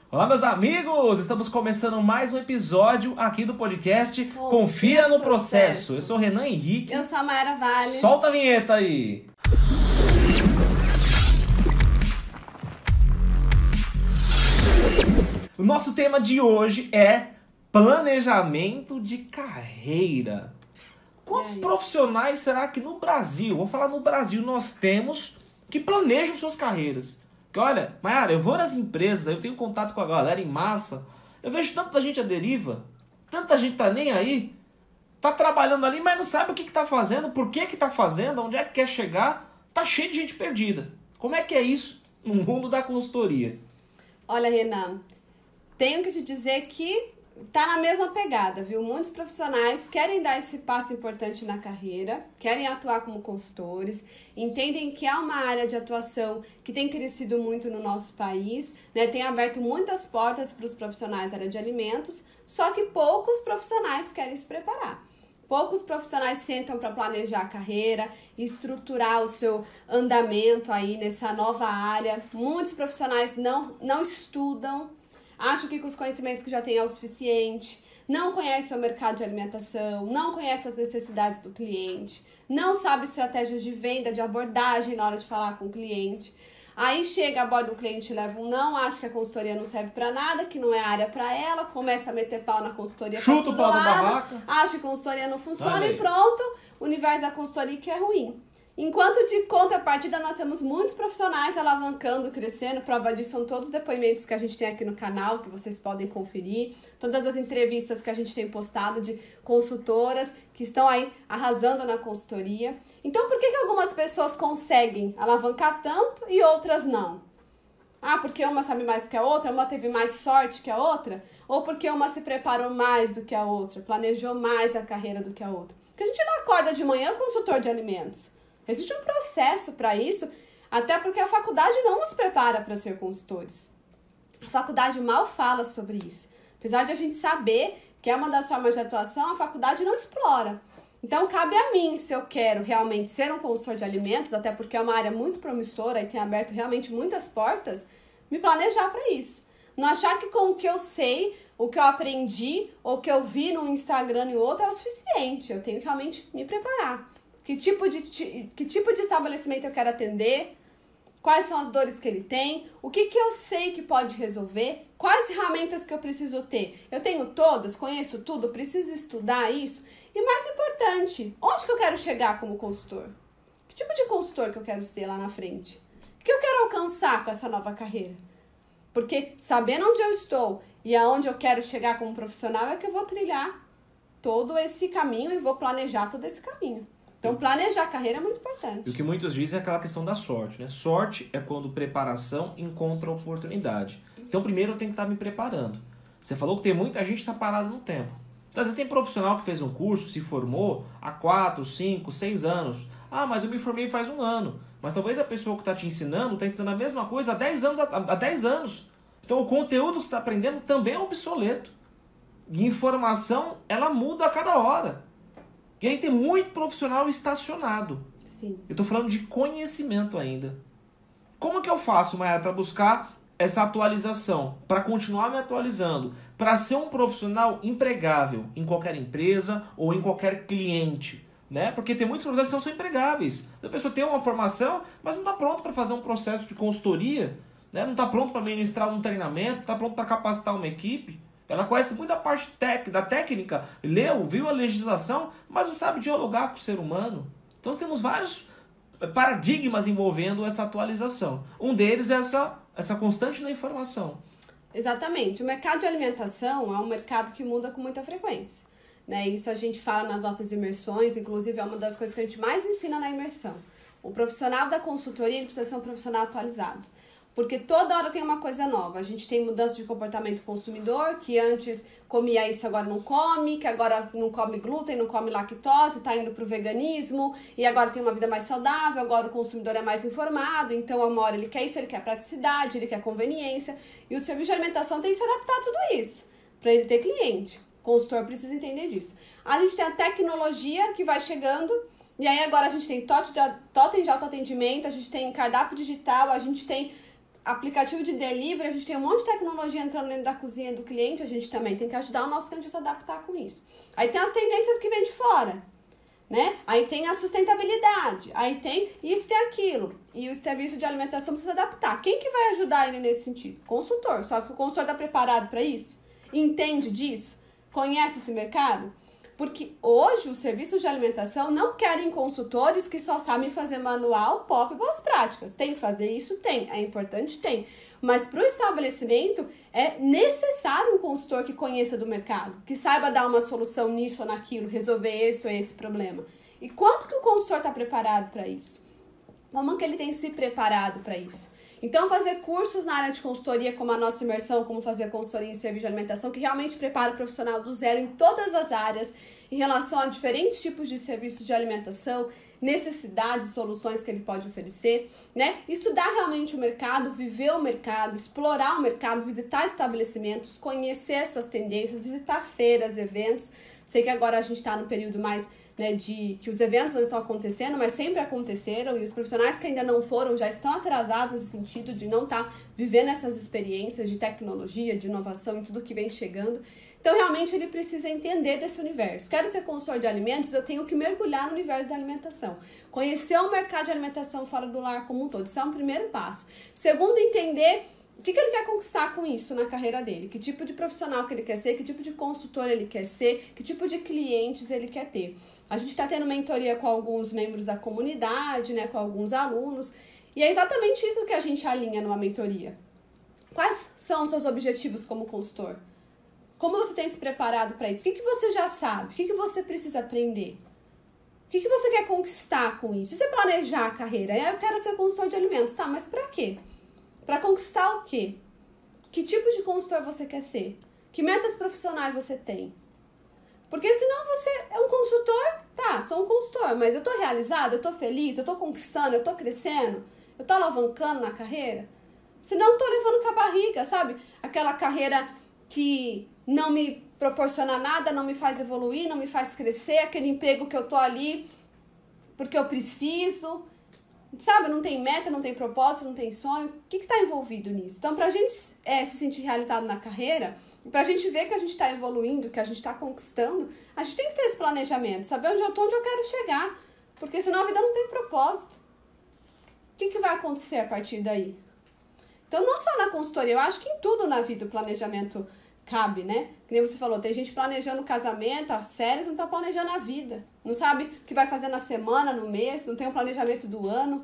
Olá, meus amigos! Estamos começando mais um episódio aqui do podcast Confia no Processo. Eu sou o Renan Henrique. Eu sou a Mayara Vale. Solta a vinheta aí! O nosso tema de hoje é planejamento de carreira. Quantos profissionais será que no Brasil, vou falar no Brasil, nós temos que planejam suas carreiras? Porque olha, Mayara, eu vou nas empresas, eu tenho contato com a galera em massa, eu vejo tanta gente à deriva, tanta gente tá nem aí, tá trabalhando ali, mas não sabe o que tá fazendo, por que tá fazendo, onde é que quer chegar, tá cheio de gente perdida. Como é que é isso no mundo da consultoria? Olha, Renan, tenho que te dizer que tá na mesma pegada, viu? Muitos profissionais querem dar esse passo importante na carreira, querem atuar como consultores, entendem que é uma área de atuação que tem crescido muito no nosso país, né? Tem aberto muitas portas para os profissionais da área de alimentos, só que poucos profissionais querem se preparar. Poucos profissionais sentam para planejar a carreira, estruturar o seu andamento aí nessa nova área. Muitos profissionais não estudam, acham que com os conhecimentos que já tem é o suficiente, não conhece o mercado de alimentação, não conhece as necessidades do cliente, não sabe estratégias de venda, de abordagem na hora de falar com o cliente. Aí chega, aborda o cliente, leva um não, acha que a consultoria não serve pra nada, que não é área pra ela, começa a meter pau na consultoria, chuta o pau da barraca, acha que a consultoria não funciona e pronto, o universo da consultoria que é ruim. Enquanto de contrapartida nós temos muitos profissionais alavancando, crescendo, prova disso são todos os depoimentos que a gente tem aqui no canal, que vocês podem conferir, todas as entrevistas que a gente tem postado de consultoras que estão aí arrasando na consultoria. Então por que algumas pessoas conseguem alavancar tanto e outras não? Ah, porque uma sabe mais que a outra, uma teve mais sorte que a outra? Ou porque uma se preparou mais do que a outra, planejou mais a carreira do que a outra? Porque a gente não acorda de manhã consultor de alimentos. Existe um processo para isso, até porque a faculdade não nos prepara para ser consultores. A faculdade mal fala sobre isso. Apesar de a gente saber que é uma das formas de atuação, a faculdade não explora. Então, cabe a mim, se eu quero realmente ser um consultor de alimentos, até porque é uma área muito promissora e tem aberto realmente muitas portas, me planejar para isso. Não achar que com o que eu sei, o que eu aprendi, ou o que eu vi no Instagram e outro é o suficiente. Eu tenho que realmente me preparar. Que tipo de estabelecimento eu quero atender, quais são as dores que ele tem, o que eu sei que pode resolver, quais ferramentas que eu preciso ter. Eu tenho todas, conheço tudo, preciso estudar isso. E mais importante, onde que eu quero chegar como consultor? Que tipo de consultor que eu quero ser lá na frente? O que eu quero alcançar com essa nova carreira? Porque sabendo onde eu estou e aonde eu quero chegar como profissional é que eu vou trilhar todo esse caminho e vou planejar todo esse caminho. Então, planejar a carreira é muito importante. E o que muitos dizem é aquela questão da sorte, né? Sorte é quando preparação encontra oportunidade. Então, primeiro eu tenho que estar me preparando. Você falou que tem muita gente que está parada no tempo. Então, às vezes tem profissional que fez um curso, se formou há 4, 5, 6 anos. Ah, mas eu me formei faz 1 ano. Mas talvez a pessoa que está te ensinando está ensinando a mesma coisa há 10 anos. Há 10 anos. Então, o conteúdo que você está aprendendo também é obsoleto. E informação, ela muda a cada hora. E aí tem muito profissional estacionado. Sim. Eu estou falando de conhecimento ainda. Como que eu faço, Mayara, para buscar essa atualização? Para continuar me atualizando? Para ser um profissional empregável em qualquer empresa ou em qualquer cliente? Né? Porque tem muitos profissionais que não são empregáveis. A pessoa tem uma formação, mas não está pronto para fazer um processo de consultoria. Né? Não está pronto para ministrar um treinamento, não está pronto para capacitar uma equipe. Ela conhece muito a parte da técnica, leu, viu a legislação, mas não sabe dialogar com o ser humano. Então nós temos vários paradigmas envolvendo essa atualização. Um deles é essa constante na informação. Exatamente. O mercado de alimentação é um mercado que muda com muita frequência. Né? Isso a gente fala nas nossas imersões, inclusive é uma das coisas que a gente mais ensina na imersão. O profissional da consultoria ele precisa ser um profissional atualizado. Porque toda hora tem uma coisa nova. A gente tem mudança de comportamento do consumidor, que antes comia isso, agora não come, que agora não come glúten, não come lactose, tá indo pro veganismo, e agora tem uma vida mais saudável, agora o consumidor é mais informado, então uma hora ele quer isso, ele quer praticidade, ele quer conveniência, e o serviço de alimentação tem que se adaptar a tudo isso, para ele ter cliente. O consultor precisa entender disso. A gente tem a tecnologia que vai chegando, e aí agora a gente tem totem de autoatendimento, a gente tem cardápio digital, a gente tem aplicativo de delivery, a gente tem um monte de tecnologia entrando dentro da cozinha do cliente, a gente também tem que ajudar o nosso cliente a se adaptar com isso. Aí tem as tendências que vêm de fora, né? Aí tem a sustentabilidade, aí tem isso e aquilo. E o serviço de alimentação precisa se adaptar. Quem que vai ajudar ele nesse sentido? Consultor. Só que o consultor está preparado para isso? Entende disso? Conhece esse mercado? Porque hoje os serviços de alimentação não querem consultores que só sabem fazer manual, pop e boas práticas. Tem que fazer isso? Tem. É importante? Tem. Mas para o estabelecimento é necessário um consultor que conheça do mercado, que saiba dar uma solução nisso ou naquilo, resolver esse ou esse problema. E quanto que o consultor está preparado para isso? Como que ele tem se preparado para isso? Então, fazer cursos na área de consultoria, como a nossa imersão, como fazer consultoria em serviço de alimentação, que realmente prepara o profissional do zero em todas as áreas, em relação a diferentes tipos de serviços de alimentação, necessidades, soluções que ele pode oferecer, né? Estudar realmente o mercado, viver o mercado, explorar o mercado, visitar estabelecimentos, conhecer essas tendências, visitar feiras, eventos. Sei que agora a gente está no período mais, né, de que os eventos não estão acontecendo, mas sempre aconteceram, e os profissionais que ainda não foram já estão atrasados nesse sentido de não estar vivendo essas experiências de tecnologia, de inovação e tudo que vem chegando. Então, realmente, ele precisa entender desse universo. Quero ser consultor de alimentos, eu tenho que mergulhar no universo da alimentação. Conhecer o mercado de alimentação fora do lar como um todo. Isso é um primeiro passo. Segundo, entender o que ele quer conquistar com isso na carreira dele. Que tipo de profissional que ele quer ser, que tipo de consultor ele quer ser, que tipo de clientes ele quer ter. A gente está tendo mentoria com alguns membros da comunidade, né, com alguns alunos. E é exatamente isso que a gente alinha numa mentoria. Quais são os seus objetivos como consultor? Como você tem se preparado para isso? O que você já sabe? O que você precisa aprender? O que você quer conquistar com isso? E você planejar a carreira? Eu quero ser consultor de alimentos. Tá, mas para quê? Para conquistar o quê? Que tipo de consultor você quer ser? Que metas profissionais você tem? Porque senão você é um consultor, tá, sou um consultor, mas eu tô realizado, eu tô feliz, eu tô conquistando, eu tô crescendo, eu tô alavancando na carreira. Senão eu tô levando com a barriga, sabe? Aquela carreira que não me proporciona nada, não me faz evoluir, não me faz crescer, aquele emprego que eu tô ali porque eu preciso, sabe? Não tem meta, não tem propósito, não tem sonho. O que tá envolvido nisso? Então, pra gente se sentir realizado na carreira, pra gente ver que a gente tá evoluindo, que a gente tá conquistando, a gente tem que ter esse planejamento, saber onde eu tô, onde eu quero chegar, porque senão a vida não tem propósito. O que vai acontecer a partir daí? Então, não só na consultoria, eu acho que em tudo na vida o planejamento cabe, né? Que nem você falou, tem gente planejando o casamento, as férias, não tá planejando a vida. Não sabe o que vai fazer na semana, no mês, não tem um planejamento do ano.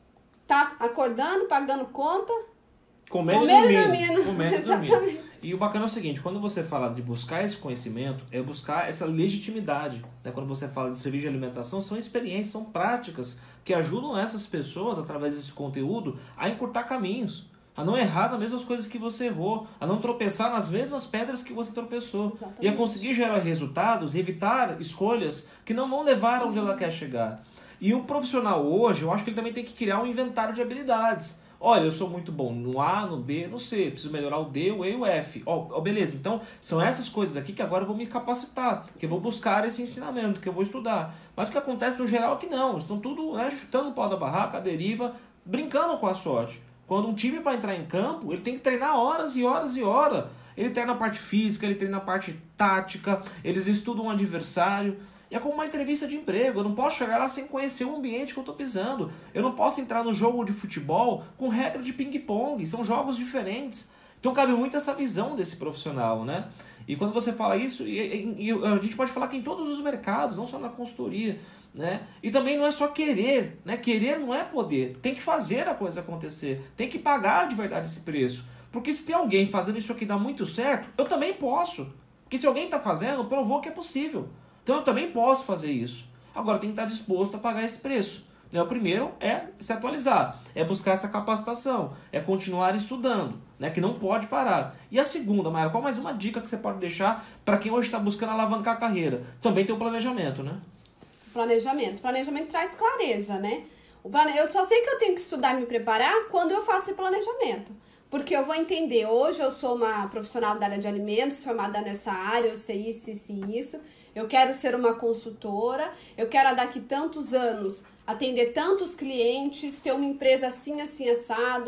Tá acordando, pagando conta, comendo e dormindo. Comendo e dormindo. E o bacana é o seguinte, quando você fala de buscar esse conhecimento, é buscar essa legitimidade. Né? Quando você fala de serviço de alimentação, são experiências, são práticas que ajudam essas pessoas, através desse conteúdo, a encurtar caminhos. A não errar nas mesmas coisas que você errou, a não tropeçar nas mesmas pedras que você tropeçou. Exatamente. E a conseguir gerar resultados e evitar escolhas que não vão levar onde ela quer chegar. E o profissional hoje, eu acho que ele também tem que criar um inventário de habilidades. Olha, eu sou muito bom no A, no B, no C, preciso melhorar o D, o E e o F. Beleza, então são essas coisas aqui que agora eu vou me capacitar, que eu vou buscar esse ensinamento, que eu vou estudar. Mas o que acontece no geral é que não, eles estão tudo, né, chutando o pau da barraca, a deriva, brincando com a sorte. Quando um time para entrar em campo, ele tem que treinar horas e horas e horas. Ele treina a parte física, ele treina a parte tática, eles estudam o adversário. E é como uma entrevista de emprego, eu não posso chegar lá sem conhecer o ambiente que eu estou pisando. Eu não posso entrar no jogo de futebol com regra de ping-pong, são jogos diferentes. Então cabe muito essa visão desse profissional, né? E quando você fala isso, e a gente pode falar que em todos os mercados, não só na consultoria, né? E também não é só querer, né? Querer não é poder, tem que fazer a coisa acontecer, tem que pagar de verdade esse preço. Porque se tem alguém fazendo isso aqui dá muito certo, eu também posso. Porque se alguém está fazendo, provou que é possível. Então eu também posso fazer isso. Agora tem que estar disposto a pagar esse preço. O primeiro é se atualizar, é buscar essa capacitação, é continuar estudando, né, que não pode parar. E a segunda, Mayara, qual mais uma dica que você pode deixar para quem hoje está buscando alavancar a carreira? Também tem o planejamento, né? Planejamento. Planejamento traz clareza, né? Eu só sei que eu tenho que estudar e me preparar quando eu faço esse planejamento. Porque eu vou entender, hoje eu sou uma profissional da área de alimentos, formada nessa área, eu sei isso, isso e isso. Eu quero ser uma consultora, eu quero daqui tantos anos atender tantos clientes, ter uma empresa assim, assim, assado.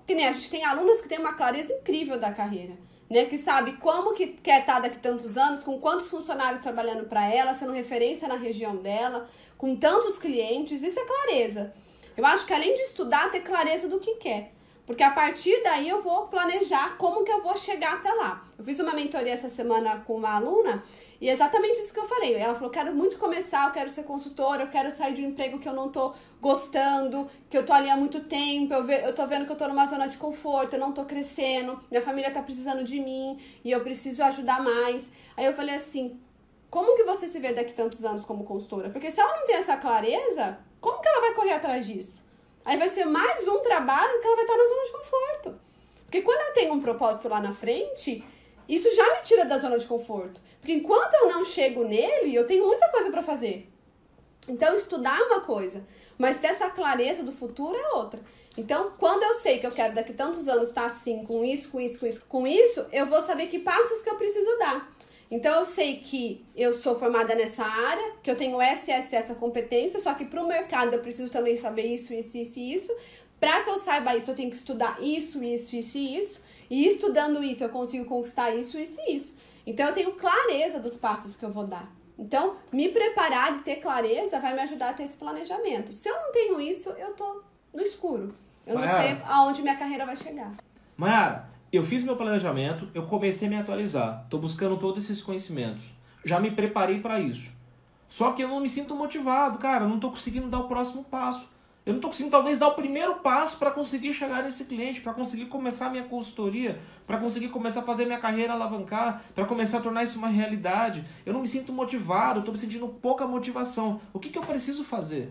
Que nem a gente tem alunas que têm uma clareza incrível da carreira, né? Que sabe como que quer estar daqui tantos anos, com quantos funcionários trabalhando para ela, sendo referência na região dela, com tantos clientes, isso é clareza. Eu acho que além de estudar, ter clareza do que quer. Porque a partir daí eu vou planejar como que eu vou chegar até lá. Eu fiz uma mentoria essa semana com uma aluna e é exatamente isso que eu falei. Ela falou, quero muito começar, eu quero ser consultora, eu quero sair de um emprego que eu não tô gostando, que eu tô ali há muito tempo, eu tô vendo que eu tô numa zona de conforto, eu não tô crescendo, minha família tá precisando de mim e eu preciso ajudar mais. Aí eu falei assim, como que você se vê daqui a tantos anos como consultora? Porque se ela não tem essa clareza, como que ela vai correr atrás disso? Aí vai ser mais um trabalho que ela vai estar na zona de conforto. Porque quando eu tenho um propósito lá na frente, isso já me tira da zona de conforto. Porque enquanto eu não chego nele, eu tenho muita coisa para fazer. Então, estudar é uma coisa, mas ter essa clareza do futuro é outra. Então, quando eu sei que eu quero daqui a tantos anos estar assim, com isso, eu vou saber que passos que eu preciso dar. Então, eu sei que eu sou formada nessa área, que eu tenho essa competência, só que para o mercado eu preciso também saber isso. Para que eu saiba isso, eu tenho que estudar isso. E estudando isso, eu consigo conquistar isso. Então, eu tenho clareza dos passos que eu vou dar. Então, me preparar e ter clareza vai me ajudar a ter esse planejamento. Se eu não tenho isso, eu tô no escuro. Eu não sei aonde minha carreira vai chegar. Mayara, eu fiz meu planejamento, eu comecei a me atualizar, estou buscando todos esses conhecimentos, já me preparei para isso. Só que eu não me sinto motivado, cara, eu não estou conseguindo dar o próximo passo. Eu não estou conseguindo talvez dar o primeiro passo para conseguir chegar nesse cliente, para conseguir começar a minha consultoria, para conseguir começar a fazer minha carreira alavancar, para começar a tornar isso uma realidade. Eu não me sinto motivado, eu estou me sentindo pouca motivação. O que eu preciso fazer?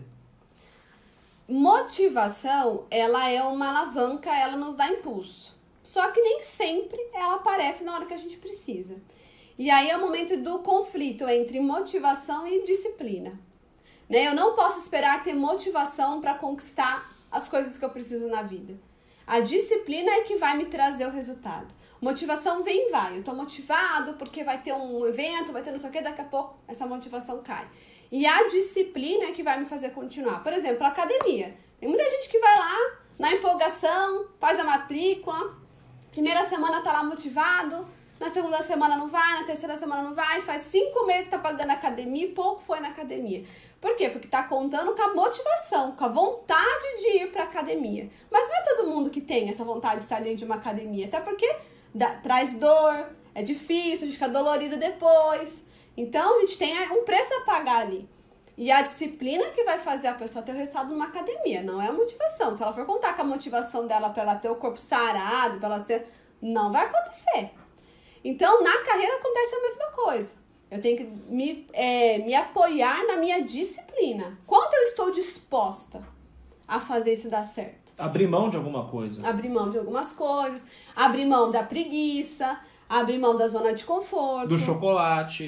Motivação, ela é uma alavanca, ela nos dá impulso. Só que nem sempre ela aparece na hora que a gente precisa. E aí é o momento do conflito entre motivação e disciplina. Né? Eu não posso esperar ter motivação para conquistar as coisas que eu preciso na vida. A disciplina é que vai me trazer o resultado. Motivação vem e vai. Eu tô motivado porque vai ter um evento, vai ter não sei o que, daqui a pouco essa motivação cai. E a disciplina é que vai me fazer continuar. Por exemplo, a academia. Tem muita gente que vai lá na empolgação, faz a matrícula, primeira semana tá lá motivado, na segunda semana não vai, na terceira semana não vai, faz 5 meses que tá pagando a academia e pouco foi na academia. Por quê? Porque tá contando com a motivação, com a vontade de ir pra academia. Mas não é todo mundo que tem essa vontade de estar dentro de uma academia, até porque traz dor, é difícil, a gente fica dolorido depois. Então, a gente tem um preço a pagar ali. E a disciplina que vai fazer a pessoa ter o resultado numa academia, não é a motivação. Se ela for contar com a motivação dela para ela ter o corpo sarado, para ela ser... não vai acontecer. Então, na carreira acontece a mesma coisa. Eu tenho que me apoiar na minha disciplina. Quanto eu estou disposta a fazer isso dar certo? Abrir mão de alguma coisa. Abrir mão de algumas coisas, abrir mão da preguiça, abrir mão da zona de conforto. Do chocolate.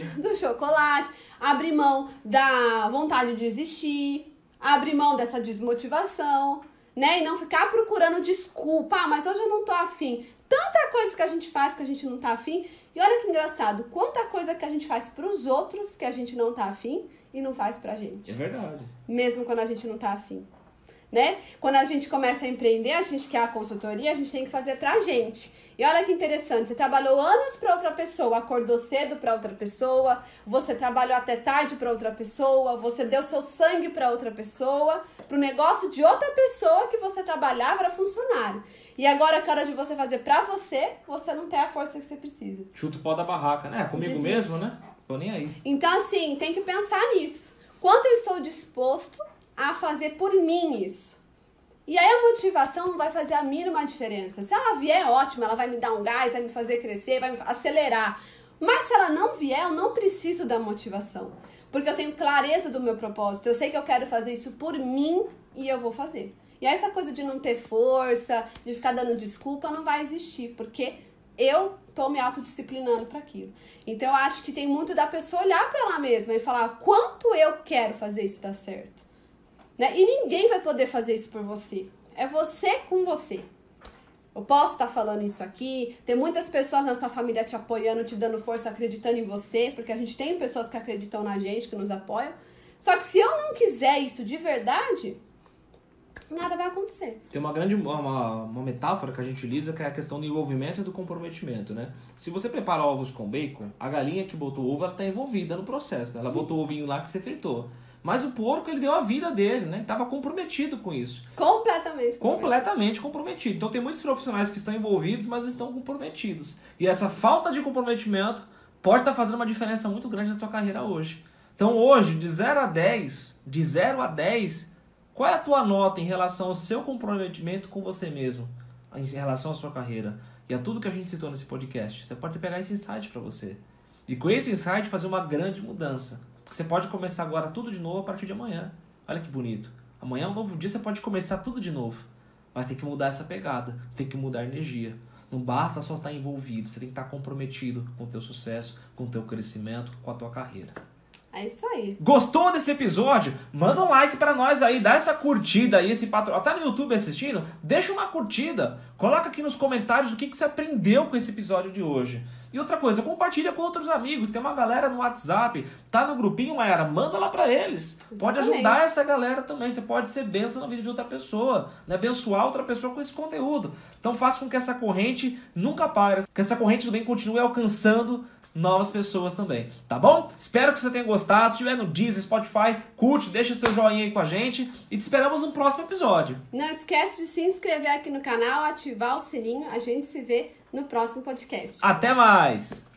Abrir mão da vontade de existir. Abrir mão dessa desmotivação, né? E não ficar procurando desculpa. Ah, mas hoje eu não tô afim. Tanta coisa que a gente faz que a gente não tá afim. E olha que engraçado, quanta coisa que a gente faz pros outros que a gente não tá afim e não faz pra gente. É verdade. Mesmo quando a gente não tá afim. Né? Quando a gente começa a empreender, a gente quer a consultoria, a gente tem que fazer pra gente. E olha que interessante, você trabalhou anos para outra pessoa, acordou cedo para outra pessoa, você trabalhou até tarde para outra pessoa, você deu seu sangue para outra pessoa, pro negócio de outra pessoa que você trabalhava era funcionário. E agora que é hora de você fazer pra você, você não tem a força que você precisa. Chuta o pau da barraca, né? Comigo Desiste. mesmo, né? Tô nem aí. Então, assim, tem que pensar nisso. Quanto eu estou disposto a fazer por mim isso? E aí a motivação não vai fazer a mínima diferença. Se ela vier, ótimo, ela vai me dar um gás, vai me fazer crescer, vai me acelerar. Mas se ela não vier, eu não preciso da motivação. Porque eu tenho clareza do meu propósito. Eu sei que eu quero fazer isso por mim e eu vou fazer. E aí essa coisa de não ter força, de ficar dando desculpa, não vai existir. Porque eu tô me autodisciplinando para aquilo. Então eu acho que tem muito da pessoa olhar para ela mesma e falar quanto eu quero fazer isso dar certo. Né? E ninguém vai poder fazer isso por você. É você com você. Eu posso estar falando isso aqui, tem muitas pessoas na sua família te apoiando, te dando força, acreditando em você, porque a gente tem pessoas que acreditam na gente, que nos apoiam. Só que se eu não quiser isso de verdade, nada vai acontecer. Tem uma metáfora que a gente utiliza, que é a questão do envolvimento e do comprometimento, né? Se você prepara ovos com bacon, a galinha que botou o ovo, ela tá envolvida no processo, né? Ela botou o ovinho lá que você fritou. Mas o porco, ele deu a vida dele, né? Ele estava comprometido com isso. Completamente comprometido. Então tem muitos profissionais que estão envolvidos, mas estão comprometidos. E essa falta de comprometimento pode estar fazendo uma diferença muito grande na tua carreira hoje. Então hoje, de 0 a 10, qual é a tua nota em relação ao seu comprometimento com você mesmo? Em relação à sua carreira? E a tudo que a gente citou nesse podcast. Você pode pegar esse insight para você. E com esse insight fazer uma grande mudança. Porque você pode começar agora tudo de novo a partir de amanhã. Olha que bonito. Amanhã é um novo dia, você pode começar tudo de novo. Mas tem que mudar essa pegada. Tem que mudar a energia. Não basta só estar envolvido. Você tem que estar comprometido com o teu sucesso, com o teu crescimento, com a tua carreira. É isso aí. Gostou desse episódio? Manda um like pra nós aí, dá essa curtida aí, esse patrão. Tá no YouTube assistindo? Deixa uma curtida. Coloca aqui nos comentários o que você aprendeu com esse episódio de hoje. E outra coisa, compartilha com outros amigos. Tem uma galera no WhatsApp, tá no grupinho, Mayara, manda lá pra eles. Exatamente. Pode ajudar essa galera também. Você pode ser bênção na vida de outra pessoa, né? Abençoar outra pessoa com esse conteúdo. Então faça com que essa corrente nunca pare, que essa corrente do bem continue alcançando novas pessoas também, tá bom? Espero que você tenha gostado. Se estiver no Deezer, Spotify, curte, deixa seu joinha aí com a gente e te esperamos no próximo episódio. Não esquece de se inscrever aqui no canal, ativar o sininho. A gente se vê no próximo podcast. Até mais!